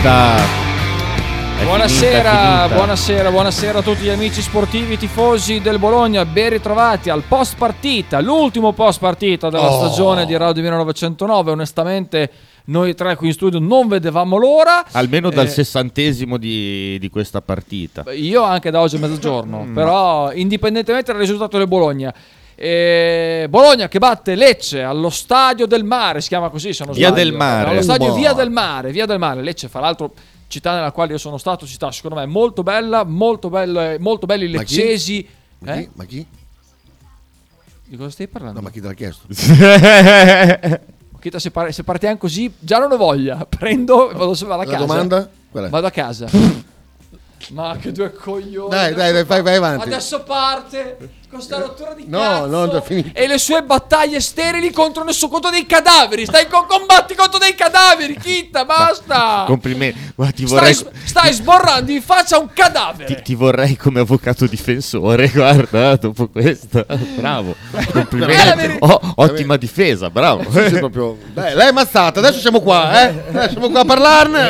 Buonasera a tutti gli amici sportivi tifosi del Bologna, ben ritrovati al post partita, l'ultimo post partita della stagione di Radio 1909. Onestamente noi tre qui in studio non vedevamo l'ora, almeno dal 60° di questa partita. Io anche da oggi a mezzogiorno, però indipendentemente dal risultato del Bologna. Bologna che batte Lecce allo Stadio del Mare, si chiama così, se non Via sbaglio. del Mare. Allo Stadio Via del Mare. Lecce, fra l'altro, città nella quale io sono stato, città secondo me molto bella, molto belli leccesi. Ma chi? Di cosa stai parlando? No, ma chi te l'ha chiesto? Se partiamo così, già non ho voglia. Prendo e vado a casa. La domanda? Qual è? Vado a casa. Ma che due coglioni. Dai, vai avanti. Adesso parte con sta rottura di No, cazzo. no, già finito. E le sue battaglie sterili contro dei cadaveri. Combatti contro dei cadaveri, Chitta, basta. Complimenti. Guarda, Stai sborrando in faccia un cadavere. Ti vorrei come avvocato difensore, guarda, dopo questo. Bravo. Complimenti. Ottima difesa, bravo. Sì, proprio. Dai, lei è ammazzata, adesso siamo qua, siamo qua a parlarne.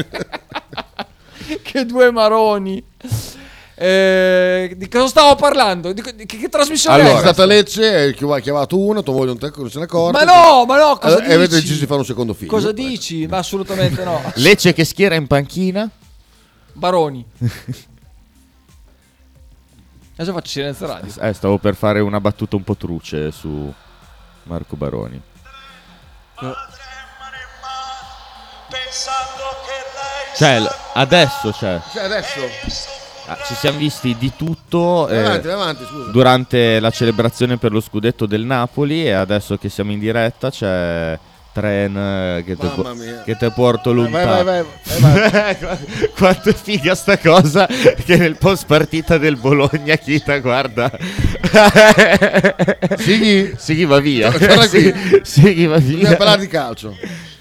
Che due maroni. Di cosa stavo parlando? Che trasmissione allora, è? È stata Lecce, che ha chiamato uno, tua moglie non se ne accorge. Ma no, cosa dici? E avete deciso di fare un secondo figlio. Cosa dici? Ma assolutamente no. Lecce che schiera in panchina? Baroni. Adesso faccio silenzio radio. Stavo per fare una battuta un po' truce su Marco Baroni. Adesso ci siamo visti di tutto avanti, scusa. durante la celebrazione per lo scudetto del Napoli, e adesso che siamo in diretta c'è Tren che te porto lontano. Vai. Quanto è figa sta cosa che nel post partita del Bologna Chita guarda Sighi va via. Sighi va via. Dobbiamo parlare di calcio.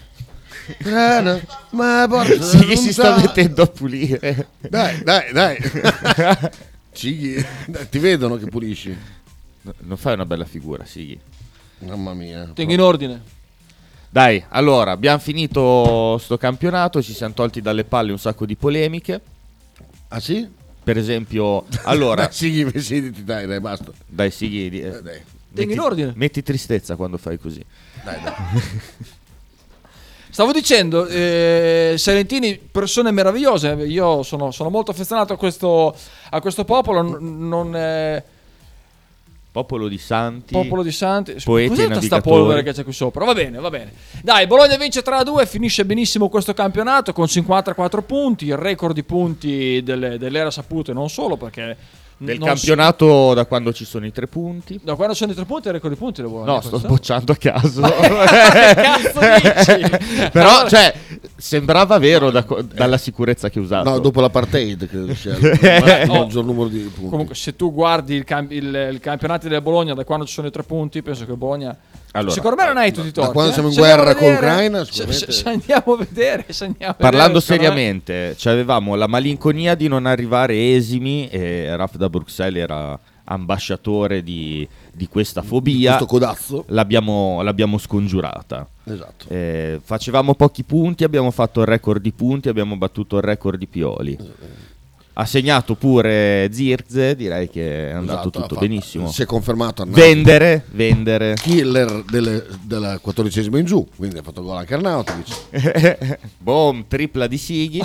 Ma Sighi si sta mettendo a pulire. Dai. Cighi, ti vedono che pulisci. Non fai una bella figura, Sighi. Mamma mia. Tengo in ordine. Dai, allora, abbiamo finito sto campionato, ci siamo tolti dalle palle un sacco di polemiche. Ah sì? Per esempio, allora... Sighi, dai, basta. Dai, Sighi... Dai. Tengo in ordine. Metti tristezza quando fai così. Dai. Stavo dicendo, Salentini, persone meravigliose. Io sono molto affezionato a questo popolo. Popolo di santi. Poeti e navigatori. Sta polvere che c'è qui sopra. Va bene. Dai, Bologna vince 3-2, finisce benissimo questo campionato con 54 punti, il record di punti dell'era Saputo, e non solo, perché del campionato da quando ci sono i 3 punti. Da quando ci sono i 3 punti è il record di punti del Bologna. No, sto sbocciando a caso. Che cazzo dici? Però, allora... sembrava vero dalla sicurezza che usavo. No, dopo l'apartheid credo sia il maggior numero di punti. Comunque, se tu guardi il campionato del Bologna da quando ci sono i 3 punti, penso che il Bologna... Allora, secondo me non hai tutti i torti. Da quando siamo in guerra con l'Ucraina, se andiamo a vedere. Parlando seriamente, avevamo la malinconia di non arrivare esimi, e Raf da Bruxelles era ambasciatore di questa fobia. Questo codazzo l'abbiamo scongiurata. Esatto. Facevamo pochi punti, abbiamo fatto il record di punti, abbiamo battuto il record di Pioli. Ha segnato pure Zirze, direi che è andato tutto benissimo. Si è confermato vendere killer della 14esima in giù, quindi ha fatto gol anche Arnautovic. Boom, tripla di Sighi.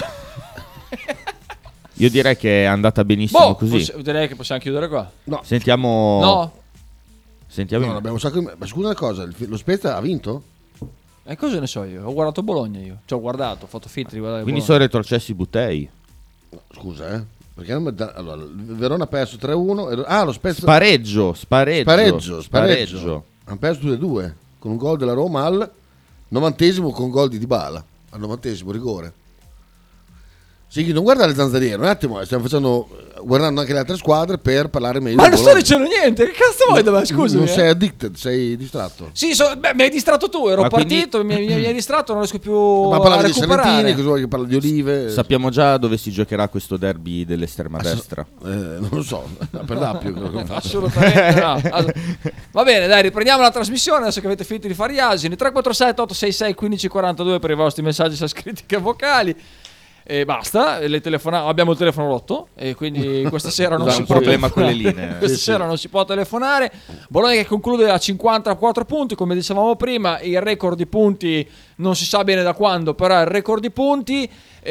Io direi che è andata benissimo così. Direi che possiamo chiudere qua. No. Sentiamo. No, abbiamo un sacco ma scusa una cosa, lo Spezia ha vinto? E cosa ne so io? Ho guardato Bologna io. Ho fatto finta di guardare. Quindi sono retrocessi Buttei. No, scusa, perché allora, il Verona ha perso 3-1. Lo Spezia spareggio. Hanno perso 2-2 con un gol della Roma al 90esimo, con un gol di Dybala al 90esimo, rigore. Sì, non guarda le zanzariere, un attimo, stiamo guardando anche le altre squadre per parlare meglio. Ma non sto dicendo niente, che cazzo vuoi da me? Scusa. Non sei addicted, sei distratto. Sì, mi hai distratto tu, ero partito, mi hai distratto, non riesco più a recuperare. Di Salentini, cosa vuoi che parla di olive? Sappiamo già dove si giocherà questo derby dell'estrema destra. Non lo so, per Dappio. Assolutamente no. Va bene, dai, riprendiamo la trasmissione adesso che avete finito di fare gli asini. 347 866 1542 per i vostri messaggi sia scritti che vocali. e basta. Abbiamo il telefono rotto e quindi questa sera non C'è si un può problema con le telefonare. linee. Questa sera non si può telefonare. Bologna che conclude a 54 punti, come dicevamo prima. Il record di punti non si sa bene da quando, però è il record di punti.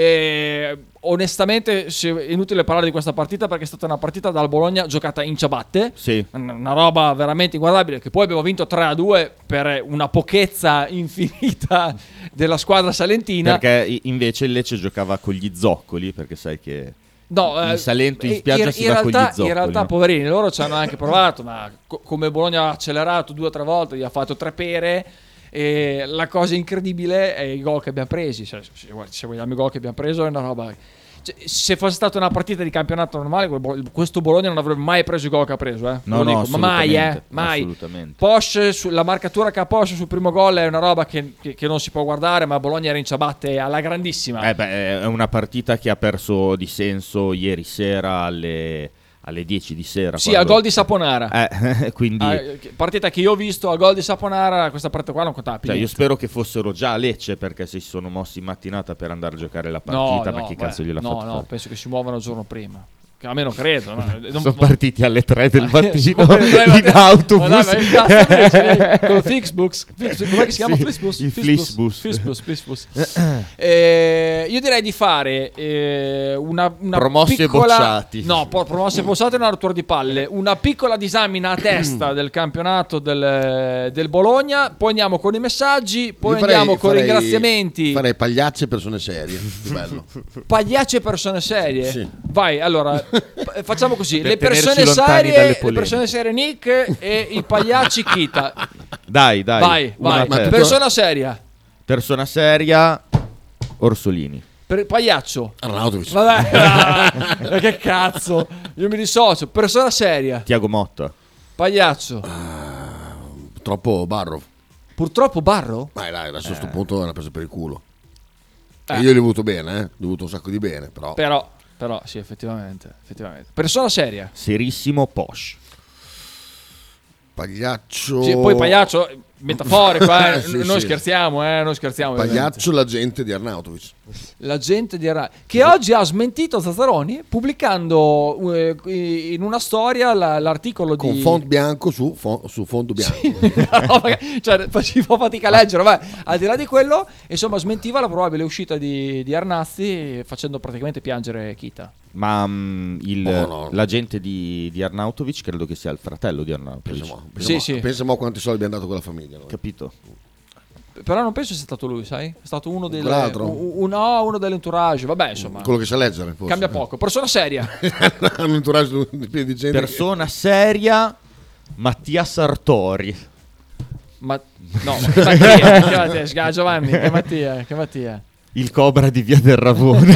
Onestamente è inutile parlare di questa partita perché è stata una partita dal Bologna giocata in ciabatte, Sì. una roba veramente inguardabile, che poi abbiamo vinto 3-2 per una pochezza infinita della squadra salentina. Perché invece il Lecce giocava con gli zoccoli, perché sai che in Salento in spiaggia si va con gli zoccoli. In realtà, no? poverini, loro ci hanno anche provato, ma come Bologna ha accelerato 2 o 3 volte, gli ha fatto 3 pere. E la cosa incredibile è i gol che abbiamo presi. Se vogliamo i gol che abbiamo preso è una roba. Cioè, se fosse stata una partita di campionato normale, questo Bologna non avrebbe mai preso i gol che ha preso. No, ma mai, mai. Assolutamente. Posch, la marcatura che ha Posch sul primo gol è una roba che non si può guardare, ma Bologna era in ciabatte alla grandissima. È una partita che ha perso di senso ieri sera alle 10 di sera. Sì, al gol di Saponara. Quindi partita che io ho visto al gol di Saponara, questa partita qua non contava più. io spero che fossero già a Lecce, perché se si sono mossi in mattinata per andare a giocare la partita, ma chi cazzo gliel'ha fatto fare? No, penso che si muovano il giorno prima. Che a me non credo. Sono partiti alle 3 del mattino in in autobus. Con il Flixbus. Com'è che si chiama? Flixbus? Il Flixbus. Io direi di fare una promossi piccola, e bocciati. No, promossi e bocciati è una rottura di palle. Una piccola disamina a testa del campionato del Bologna. Poi andiamo con i messaggi. Poi andiamo con i ringraziamenti. Farei pagliacce e persone serie. Più bello. Pagliacce e persone serie? Sì. Vai, allora facciamo così: Per le persone tenerci lontani dalle serie, polemiche. le persone serie Nick e i pagliacci Kita. Vai. Vai. Una per- Persona seria. Persona seria, Orsolini. Pagliaccio. Arnautovic. Vabbè, che cazzo. Io mi dissocio. Persona seria. Tiago Motta. Pagliaccio. Troppo Barro. Purtroppo Barro. Dai, adesso a questo punto l'ha preso per il culo. E io gli ho avuto bene, Gli ho avuto un sacco di bene, però. Però sì, effettivamente. Persona seria. Serissimo Posch. Pagliaccio. Sì, poi Pagliaccio metaforico, Sì, noi sì. scherziamo, non scherziamo. Pagliaccio, l'agente di Arnautovic. L'agente di che oggi ha smentito Zazzaroni pubblicando in una storia l'articolo Con di font bianco su fondo bianco. cioè si fa fatica a leggere, vabbè. Al di là di quello, insomma, smentiva la probabile uscita di Arnazzi, facendo praticamente piangere Kita. Ma No. l'agente di Arnautovic credo che sia il fratello di Arnautovic. Pensiamo a quanti soldi abbiamo dato con la famiglia. Noi. Capito? Però non penso sia stato lui, sai? È stato uno Quell'altro? dell'entourage. Vabbè, insomma, Quello che sa leggere, forse. cambia poco. Persona seria. Hanno un entourage di pieni di gente. Persona seria, Mattia Sartori. Ma no, che Mattia, Giovanni, che Mattia. Il Cobra di Via del Ravone.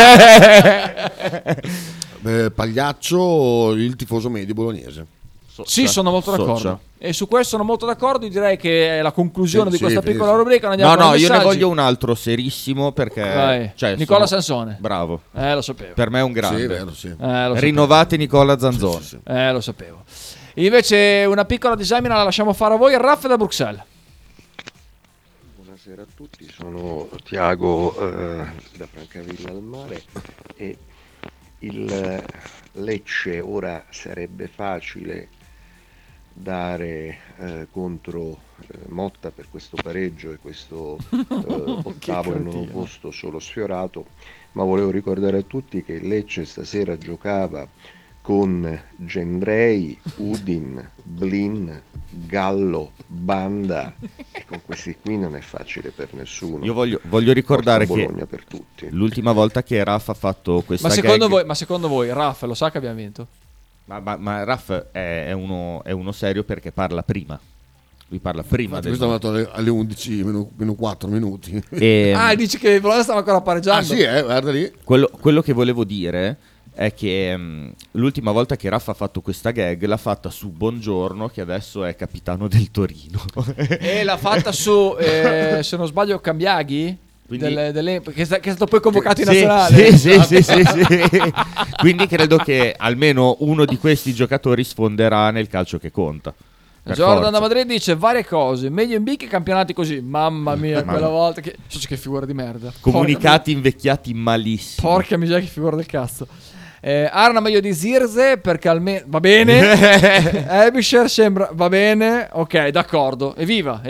Pagliaccio, il tifoso medio bolognese. Sì, sono molto d'accordo. Socia. E su questo sono molto d'accordo. Io direi che è la conclusione Sì, di questa sì, piccola sì. rubrica. Andiamo con i Io ne messaggi. voglio un altro serissimo perché Vai. Nicola Sansone. Bravo. Lo sapevo. Per me è un grande. Sì, vero, sì. Lo sapevo. Rinnovate Nicola Zanzone. Sì. Lo sapevo. Invece una piccola disamina la lasciamo fare a voi. Raffa da Bruxelles. Buonasera a tutti, sono Tiago da Francavilla al Mare e il Lecce ora sarebbe facile dare contro Motta per questo pareggio e questo ottavo e nono posto solo sfiorato, ma volevo ricordare a tutti che il Lecce stasera giocava con Gendrei, Udin, Blin, Gallo, Banda e con questi qui non è facile per nessuno. Io voglio ricordare Forza che Bologna per tutti. l'ultima volta che Raff ha fatto questa Ma gag, secondo voi Raffa lo sa che abbiamo vinto? ma Raff è uno serio perché parla prima. Lui parla prima del Questo è andato alle 11 meno 4 minuti. E, Dici che il Bologna stava ancora pareggiando? Ah sì, guarda lì. quello che volevo dire è che l'ultima volta che Raff ha fatto questa gag l'ha fatta su Bongiorno, che adesso è capitano del Torino. E l'ha fatta su, se non sbaglio, Cambiaghi? Quindi- Che è stato poi convocato in nazionale. Sì. Quindi credo che almeno uno di questi giocatori sfonderà nel calcio che conta. Per Jordan forza. da Madrid dice varie cose, meglio in B che campionati così. Mamma mia, Mamma quella mia. volta che figura di merda. Comunicati invecchiati malissimo. Porca miseria, che figura del cazzo. Arna meglio di Zirze perché almeno va bene. Abisher sembra va bene. Ok, d'accordo. Evviva.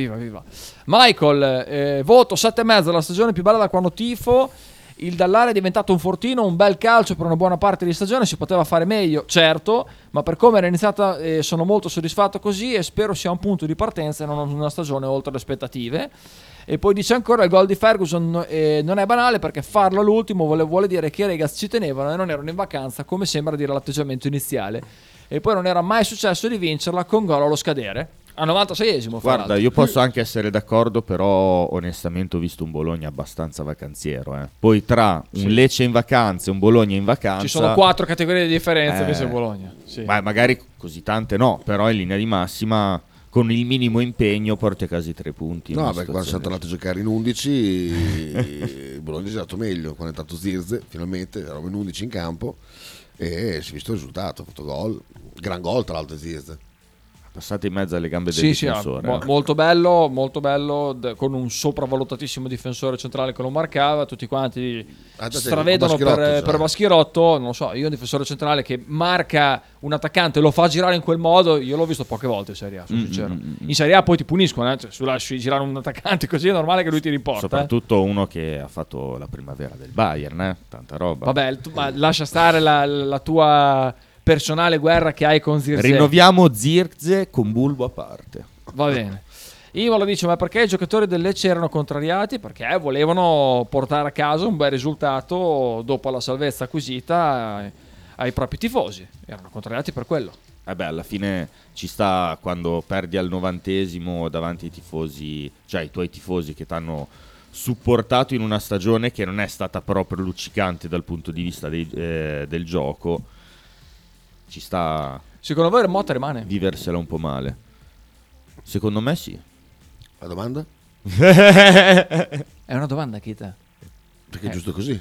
Michael, voto 7,5, la stagione più bella da quando tifo. Il Dall'Are è diventato un fortino, un bel calcio per una buona parte di stagione, si poteva fare meglio, certo, ma per come era iniziata sono molto soddisfatto così e spero sia un punto di partenza e non una stagione oltre le aspettative. E poi dice ancora il gol di Ferguson non è banale perché farlo all'ultimo vuole dire che i Regas ci tenevano e non erano in vacanza come sembra dire l'atteggiamento iniziale, e poi non era mai successo di vincerla con gol allo scadere a 96esimo. Guarda, io posso anche essere d'accordo, però onestamente ho visto un Bologna abbastanza vacanziero. Poi tra un Lecce in vacanza e un Bologna in vacanza ci sono 4 categorie di differenza che se Bologna. Sì. Ma magari così tante no, però in linea di massima con il minimo impegno porti a casa i 3 punti. No, perché quando siamo tornati a giocare in 11 il Bologna è stato meglio, quando è entrato Zirze finalmente, eravamo in 11 in campo e si è visto il risultato, ha fatto gol, gran gol tra l'altro Zirze. Passate in mezzo alle gambe del Sì, difensore. molto bello, con un sopravvalutatissimo difensore centrale che lo marcava, tutti quanti stravedono per Baschirotto, non lo so, io un difensore centrale che marca un attaccante e lo fa girare in quel modo, io l'ho visto poche volte in Serie A, sono sincero. In Serie A poi ti puniscono, cioè, se lasci girare un attaccante così è normale che lui ti riporta. Soprattutto uno che ha fatto la primavera del Bayern, tanta roba. Vabbè, ma lascia stare la tua personale guerra che hai con Zirze. Rinnoviamo Zirze con Bulbo a parte. Va bene. Ivolo dice: ma perché i giocatori del Lecce erano contrariati? Perché volevano portare a casa un bel risultato dopo la salvezza acquisita ai propri tifosi. Erano contrariati per quello. Alla fine ci sta quando perdi al 90esimo davanti ai tifosi, cioè ai tuoi tifosi che ti hanno supportato in una stagione che non è stata proprio luccicante dal punto di vista del gioco. Ci sta. Secondo voi Motta rimane? Viversela un po' male. Secondo me sì. La domanda? È una domanda, Kita. Perché è giusto così.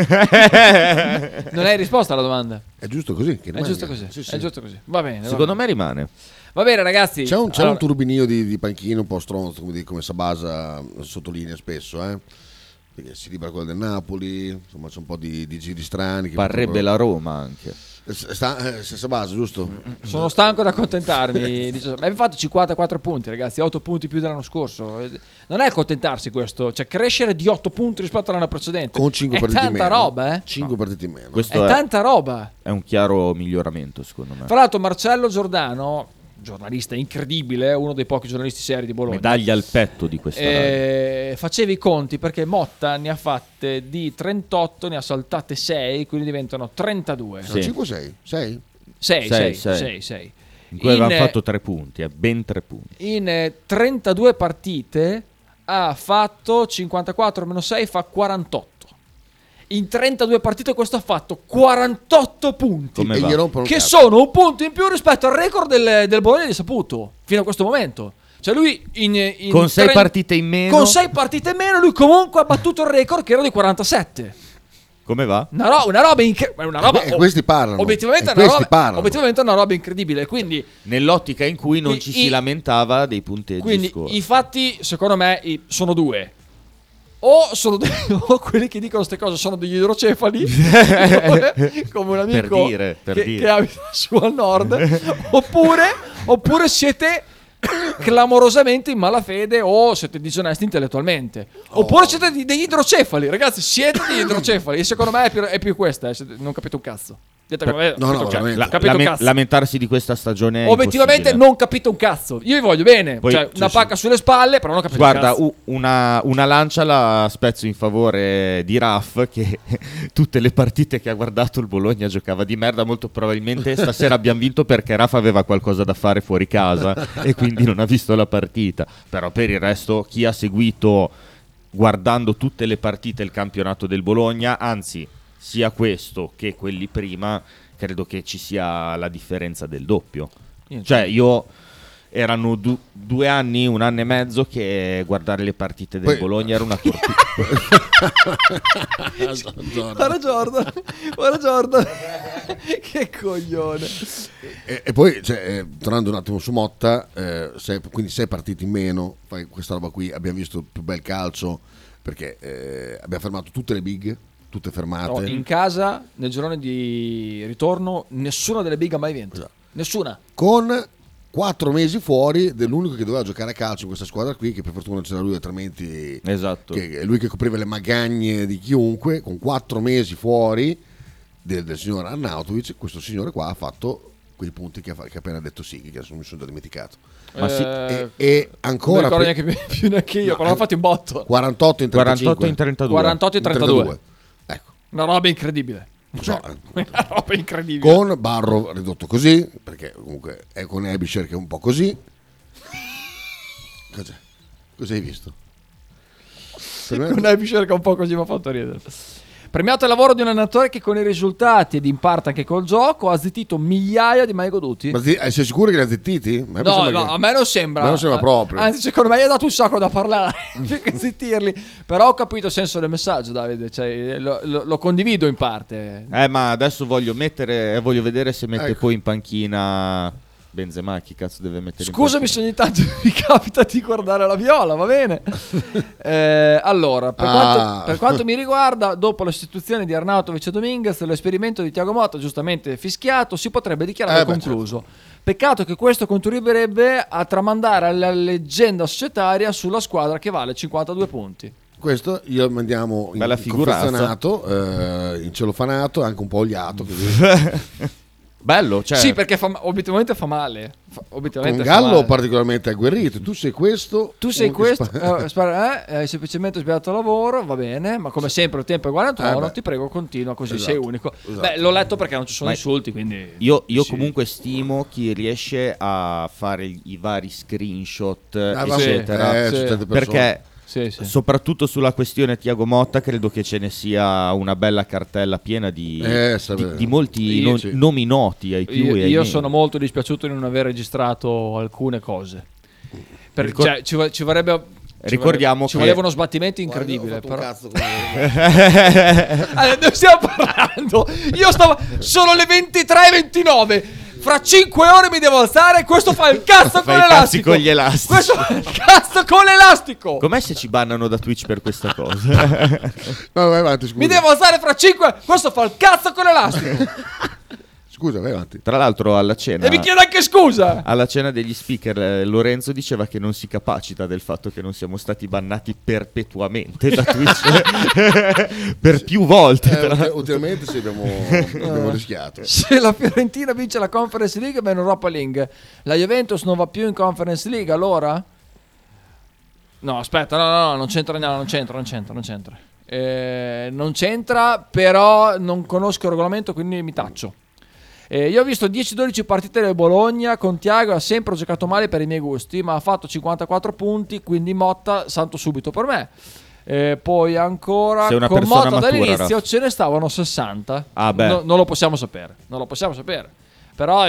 Non hai risposto alla domanda. È giusto così. Che È giusto così. Sì. È giusto così. Va bene. Secondo me rimane. Va bene, ragazzi. C'è un turbinio di panchino un po' stronzo, come Sabasa sottolinea spesso, perché si libera quello del Napoli, insomma c'è un po' di giri strani. Parrebbe la Roma anche. Sabasa, giusto? Sono stanco da accontentarmi. Ma abbiamo fatto 54 punti, ragazzi, 8 punti più dell'anno scorso. Non è accontentarsi questo, cioè crescere di 8 punti rispetto all'anno precedente. Con 5 partite in meno. È tanta roba, 5 partite in meno. Questo è tanta roba. È un chiaro miglioramento, secondo me. Fra l'altro Marcello Giordano, giornalista incredibile, uno dei pochi giornalisti seri di Bologna, medaglia al petto di questa faceva i conti perché Motta ne ha fatte di 38, ne ha saltate 6, quindi diventano 32. Sono 5 o 6? 6? 6. In cui avevano fatto 3 punti, ben 3 punti. In 32 partite ha fatto 54 meno 6 fa 48. In 32 partite questo ha fatto 48 punti, che sono un punto in più rispetto al record del Bologna di Saputo fino a questo momento. Cioè lui con 6 partite in meno, lui comunque ha battuto il record che era di 47. Come va? Una roba incredibile. Questi parlano. Obiettivamente è una roba incredibile. Quindi, nell'ottica in cui non ci si lamentava dei punteggi. Quindi i fatti, secondo me, sono due. O sono o quelli che dicono queste cose sono degli idrocefali, come un amico che abita su al nord, oppure siete clamorosamente in malafede o siete disonesti intellettualmente, oppure siete degli idrocefali, ragazzi, siete degli idrocefali, e secondo me è più questa, non capite un cazzo. Lamentarsi di questa stagione obiettivamente non capite un cazzo. Io vi voglio bene, una pacca sulle spalle, però non capite un cazzo. Guarda, una lancia la spezzo in favore di Raff, che tutte le partite che ha guardato il Bologna giocava di merda. Molto probabilmente stasera abbiamo vinto perché Raff aveva qualcosa da fare fuori casa e quindi non ha visto la partita. Però per il resto, chi ha seguito guardando tutte le partite il campionato del Bologna, anzi sia questo che quelli prima, credo che ci sia la differenza del doppio. Cioè erano 2 anni, 1 anno e mezzo che guardare le partite del Bologna era una tortura. Guarda Jordan. Che coglione. E poi, tornando un attimo su Motta, quindi 6 partite in meno, fai questa roba qui, abbiamo visto il più bel calcio, perché abbiamo fermato tutte le big, tutte fermate. No, in casa, nel girone di ritorno, nessuna delle big ha mai vinto. Esatto. Nessuna. Con 4 mesi fuori dell'unico che doveva giocare a calcio in questa squadra qui, che per fortuna c'era lui, altrimenti Esatto. che è lui che copriva le magagne di chiunque. Con 4 mesi fuori del signor Arnautovic, questo signore qua ha fatto quei punti che ha appena detto Sighi, che adesso mi sono già dimenticato. Ma sì, E ancora non mi ricordo neanche più neanche io, però l'ho fatto in botto. 48 in 35. 48 in 32. 48 e 32. Ecco. Una roba incredibile. So, Una roba incredibile. con Barro ridotto così, perché comunque è con Ebisher che è un po' così. Cos'è? Cosa hai visto? Per me- Con Ebisher che un po' così mi ha fatto ridere. Premiato il lavoro di un allenatore che con i risultati ed in parte anche col gioco ha zittito migliaia di mai goduti. Ma sei sicuro che li ha zittiti? A me No, sembra che- a me non sembra. A me non sembra proprio. Anzi, secondo me gli ha dato un sacco da parlare più che zittirli. Però ho capito il senso del messaggio, Davide. Cioè, lo condivido in parte. ma adesso voglio vedere se mette Ecco. poi in panchina Benzema. Chi cazzo deve mettere Scusami in se ogni tanto mi capita di guardare la viola, va bene? Allora, per quanto mi riguarda, dopo l'istituzione di Arnautovic e Dominguez, l'esperimento di Thiago Motta, giustamente fischiato, si potrebbe dichiarare concluso. Peccato che questo contribuirebbe a tramandare la leggenda societaria sulla squadra che vale 52 punti. Questo io mandiamo Bella figurazza. confezionato, in celofanato, anche un po' oliato così. Bello, cioè. Sì, perché obiettivamente fa male. Obiettivamente Un fa gallo male. particolarmente agguerrito. Tu sei questo. Tu sei uno che questo, spa- hai semplicemente sbagliato il lavoro, va bene, ma come sempre il tempo è uguale a trono, beh. ti prego continua così, Esatto, sei unico. esatto. Beh, l'ho letto perché non ci sono Ma insulti, quindi... Io Sì. comunque stimo chi riesce a fare i vari screenshot, vabbè, eccetera. sì. su certe persone. Perché Sì, sì. soprattutto sulla questione Thiago Motta credo che ce ne sia una bella cartella piena di molti Io- sì. nomi noti ai più e ai Io meno. sono molto dispiaciuto di non aver registrato alcune cose. Ricor- Cioè, ci vorrebbe... Ricordiamo ci che- voleva uno sbattimento Guarda, incredibile. ho fatto un Però... cazzo con- Ne stiamo parlando. Sono le 23:29. Fra 5 ore mi devo alzare. Questo fa il cazzo con Fai i cazzi l'elastico. con gli elastici. Questo fa il cazzo con l'elastico. Com'è se ci bannano da Twitch per questa cosa? No, vai avanti, scusa. Mi devo alzare fra 5. Questo fa il cazzo con l'elastico. Scusa, vai avanti. Tra l'altro alla cena E mi chiedo anche scusa. alla cena degli speaker Lorenzo diceva che non si capacita del fatto che non siamo stati bannati perpetuamente da Twitch per più volte. tra l'altro. Ultimamente sì, abbiamo rischiato. Se la Fiorentina vince la Conference League va in Europa League, la Juventus non va più in Conference League, allora? No, aspetta, no, non c'entra, non c'entra. Non c'entra, però non conosco il regolamento, quindi mi taccio. Io ho visto 10-12 partite del Bologna, con Thiago ha sempre giocato male per i miei gusti, ma ha fatto 54 punti, quindi Motta santo subito per me. Poi ancora Sei una con persona Motta matura, dall'inizio Raff. ce ne stavano 60. Ah, beh. Non lo possiamo sapere. Però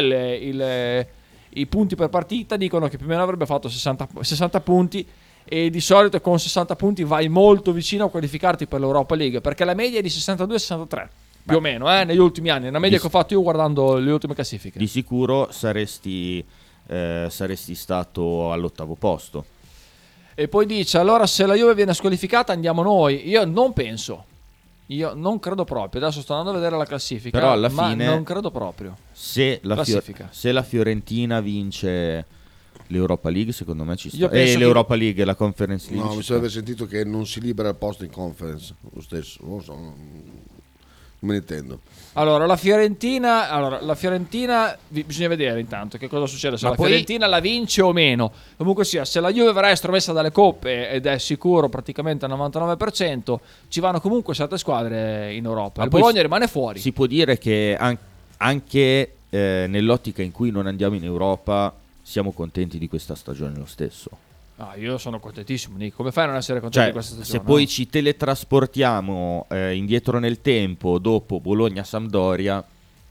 i punti per partita dicono che più o meno avrebbe fatto 60 punti, e di solito con 60 punti vai molto vicino a qualificarti per l'Europa League, perché la media è di 62-63 più o meno negli ultimi anni, una media che ho fatto io guardando le ultime classifiche. Di sicuro saresti stato all'8° posto. E poi dice: allora se la Juve viene squalificata andiamo noi. Io non penso, io non credo proprio. Adesso sto andando a vedere la classifica, Però alla ma fine non credo proprio. Se la Classifica. se la Fiorentina vince l'Europa League, secondo me ci sta. Io penso che- l'Europa League, la Conference League. No, ci mi sta. sarebbe sentito che non si libera il posto in conference. Lo stesso, non lo so. Non me ne intendo. Allora, la Fiorentina, bisogna vedere intanto che cosa succede, se Ma la poi- Fiorentina la vince o meno. Comunque sia, se la Juve verrà estromessa dalle coppe, ed è sicuro praticamente al 99%, ci vanno comunque 7 squadre in Europa. Ma Il poi Bologna rimane fuori. Si può dire che anche nell'ottica in cui non andiamo in Europa siamo contenti di questa stagione lo stesso. Io sono contentissimo, Nick. Come fai a non essere contento Cioè, di questa stagione? se poi no? ci teletrasportiamo indietro nel tempo, dopo Bologna-Sampdoria,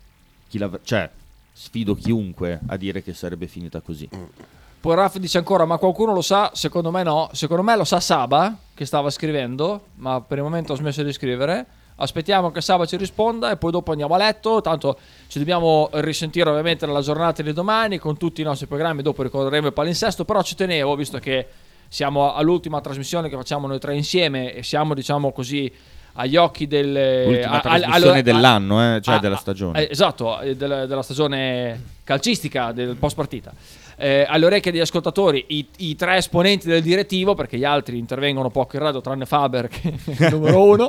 sfido chiunque a dire che sarebbe finita così. Poi Raff dice ancora: ma qualcuno lo sa? Secondo me no. Secondo me lo sa Saba, che stava scrivendo, ma per il momento ha smesso di scrivere. Aspettiamo che Saba ci risponda e poi dopo andiamo a letto. Tanto ci dobbiamo risentire ovviamente nella giornata di domani con tutti i nostri programmi. Dopo ricorderemo il palinsesto, però ci tenevo, visto che siamo all'ultima trasmissione che facciamo noi tre insieme e siamo, diciamo così, agli occhi l'ultima trasmissione dell'anno, cioè della stagione. Esatto, della stagione calcistica, del post partita. Alle orecchie degli ascoltatori i tre esponenti del direttivo, perché gli altri intervengono poco in radio tranne Faber che è il numero uno.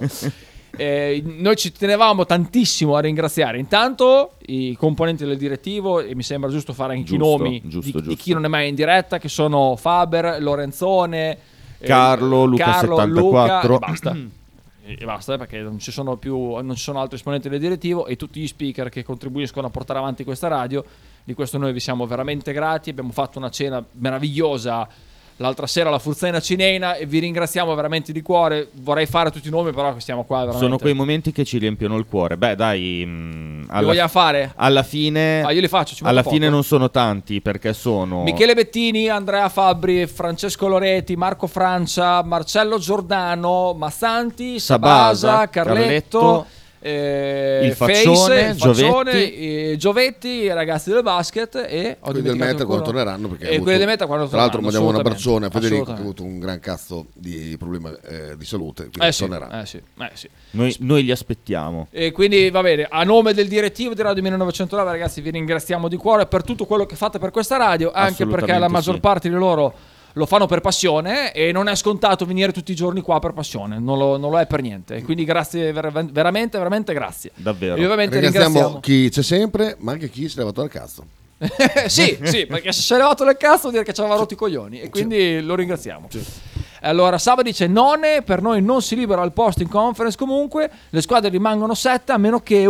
Noi ci tenevamo tantissimo a ringraziare intanto i componenti del direttivo, e mi sembra giusto fare anche i nomi di chi non è mai in diretta, che sono Faber, Lorenzone, Carlo, Luca 74 e basta, perché non ci sono altri esponenti del direttivo, e tutti gli speaker che contribuiscono a portare avanti questa radio. Di questo noi vi siamo veramente grati. Abbiamo fatto una cena meravigliosa l'altra sera alla Furzaina Cineina e vi ringraziamo veramente di cuore. Vorrei fare tutti i nomi, però stiamo qua veramente. Sono quei momenti che ci riempiono il cuore. Beh, dai, li vogliamo fare? Alla fine io li faccio. Alla fine non sono tanti, perché sono Michele Bettini, Andrea Fabbri, Francesco Loreti, Marco Francia, Marcello Giordano, Massanti, Sabasa, Carletto, il Faccione, Giovetti, i ragazzi del basket e quelli del Meta quando torneranno, perché quelli del Meta quando tra l'altro mandiamo un abbraccione a Federico, che ha assolutamente. avuto un gran cazzo di problema di salute, quindi Sì, tornerà. sì. noi li aspettiamo. E quindi va bene, a nome del direttivo di Radio 1909, ragazzi, vi ringraziamo di cuore per tutto quello che fate per questa radio, anche perché la maggior parte di loro lo fanno per passione e non è scontato venire tutti i giorni qua per passione, non lo è per niente. Quindi grazie, veramente, veramente grazie. Davvero. E ovviamente Ringraziamo chi c'è sempre, ma anche chi si è levato al cazzo. sì, perché se si è levato nel cazzo vuol dire che ci aveva rotto i coglioni, e quindi lo ringraziamo. Allora Saba dice: None, per noi non si libera il posto in conference, comunque le squadre rimangono 7 a meno che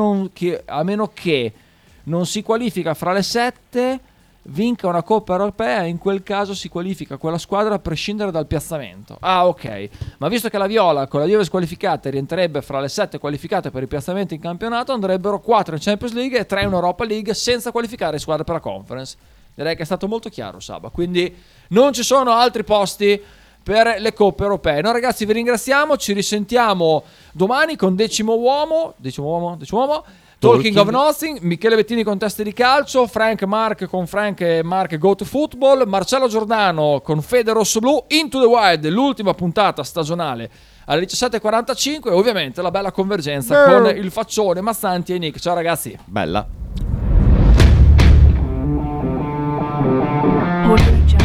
non si qualifica fra le 7, vinca una Coppa Europea, in quel caso si qualifica quella squadra a prescindere dal piazzamento. Ah, ok. Ma visto che la Viola con la Juve squalificata rientrerebbe fra le 7 qualificate per il piazzamento in campionato, andrebbero 4 in Champions League e 3 in Europa League senza qualificare squadre per la Conference. Direi che è stato molto chiaro, Saba. Quindi non ci sono altri posti per le coppe europee. Noi ragazzi vi ringraziamo, ci risentiamo domani con Decimo Uomo. Talking of Nothing, Michele Bettini con Teste di Calcio, Frank Mark con Frank e Mark Go to Football, Marcello Giordano con Fede Rossoblu, Into the Wild, l'ultima puntata stagionale alle 17.45 e ovviamente la bella convergenza con il Faccione, Massanti e Nick. Ciao ragazzi. Bella. Audio